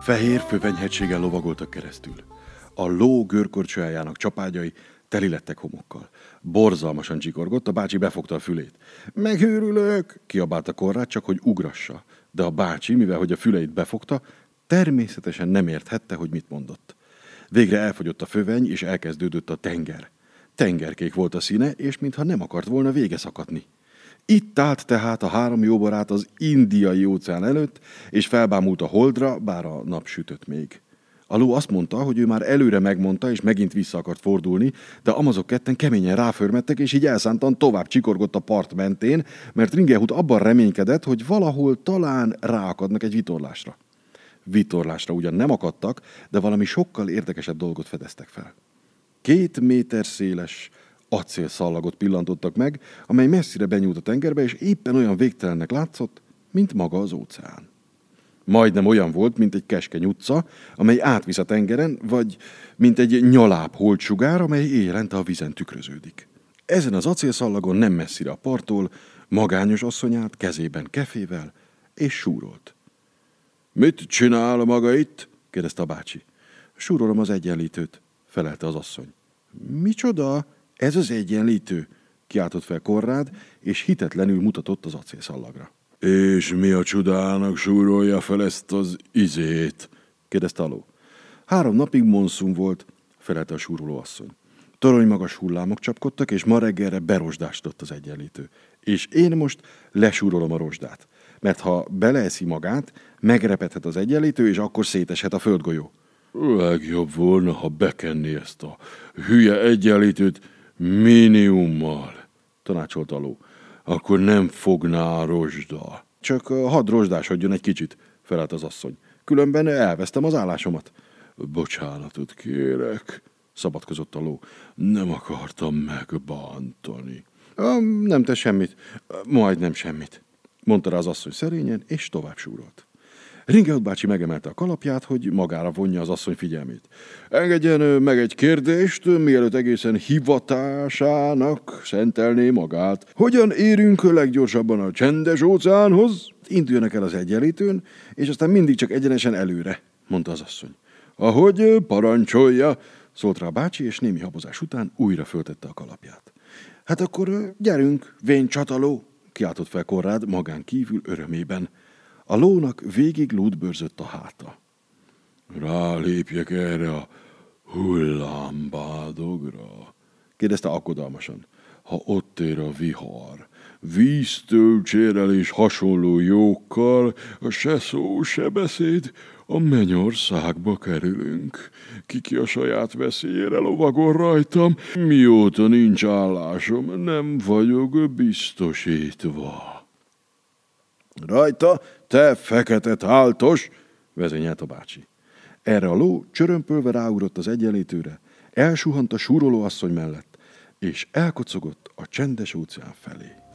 Fehér Fövenyhegységen lovagoltak keresztül. A ló görkorcsolyájának csapágyai teli lettek homokkal. Borzalmasan csikorgott, a bácsi befogta a fülét. Megőrülök! Kiabálta Konrád, csak hogy ugrassa. De a bácsi, mivel hogy a füleit befogta, természetesen nem érthette, hogy mit mondott. Végre elfogyott a föveny, és elkezdődött a tenger. Tengerkék volt a színe, és mintha nem akart volna vége szakadni. Itt állt tehát a három jó barát az Indiai óceán előtt, és felbámult a holdra, bár a nap sütött még. A ló azt mondta, hogy ő már előre megmondta, és megint vissza akart fordulni, de amazok ketten keményen ráförmettek, és így elszántan tovább csikorgott a part mentén, mert Ringehut abban reménykedett, hogy valahol talán ráakadnak egy vitorlásra. Vitorlásra ugyan nem akadtak, de valami sokkal érdekesebb dolgot fedeztek fel. 2 méter széles acélszallagot pillantottak meg, amely messzire benyúlt a tengerbe, és éppen olyan végtelennek látszott, mint maga az óceán. Majdnem olyan volt, mint egy keskeny utca, amely átvisz a tengeren, vagy mint egy nyaláb holtsugár, amely éjjelente a vízen tükröződik. Ezen az acélszallagon nem messzire a parttól magányos asszony állt kezében kefével, és súrolt. Mit csinál maga itt? Kérdezte a bácsi. Súrolom az egyenlítőt, felelte az asszony. Micsoda? Ez az egyenlítő? Kiáltott fel Konrád, és hitetlenül mutatott az acélszallagra. És mi a csodának súrolja fel ezt az izét? Kérdezte a ló. 3 napig monszun volt, felelte a súroló asszony. Toronymagas hullámok csapkodtak, és ma reggelre berosdástott az egyenlítő. És én most lesúrolom a rozsdát, mert ha beleeszi magát, megrepedhet az egyenlítő, és akkor széteshet a földgolyó. Legjobb volna, ha bekenni ezt a hülye egyenlítőt minimummal, tanácsolta a ló. Akkor nem fogná a rozsda. Csak hadd rozsdásodjon egy kicsit, felelt az asszony. Különben elvesztem az állásomat. Bocsánatot kérek, szabadkozott a ló. Nem akartam megbántani. Nem tesz semmit, majdnem semmit, mondta rá az asszony szerényen, és tovább súrolt. Ringehut bácsi megemelte a kalapját, hogy magára vonja az asszony figyelmét. Engedjen meg egy kérdést, mielőtt egészen hivatásának szentelné magát. Hogyan érünk leggyorsabban a csendes óceánhoz? Induljanak el az egyenlítőn, és aztán mindig csak egyenesen előre, mondta az asszony. Ahogy parancsolja, szólt rá a bácsi, és némi habozás után újra föltette a kalapját. Hát akkor gyerünk, vén csataló, kiáltott fel Konrád magán kívül örömében. A lónak végig lúdbőrzött a háta. Rálépjek erre a hullámbádogra? Kérdezte aggodalmasan. Ha ott ér a vihar, víztölcsérrel és hasonló jókkal, a se szó, se beszéd, a mennyországba kerülünk. Kiki a saját veszélyére lovagol rajtam, mióta nincs állásom, nem vagyok biztosítva. Rajta, te fekete táltos, vezényelt a bácsi. Erre a ló csörömpölve ráugrott az egyenlítőre, elsuhant a súroló asszony mellett, és elkocogott a csendes óceán felé.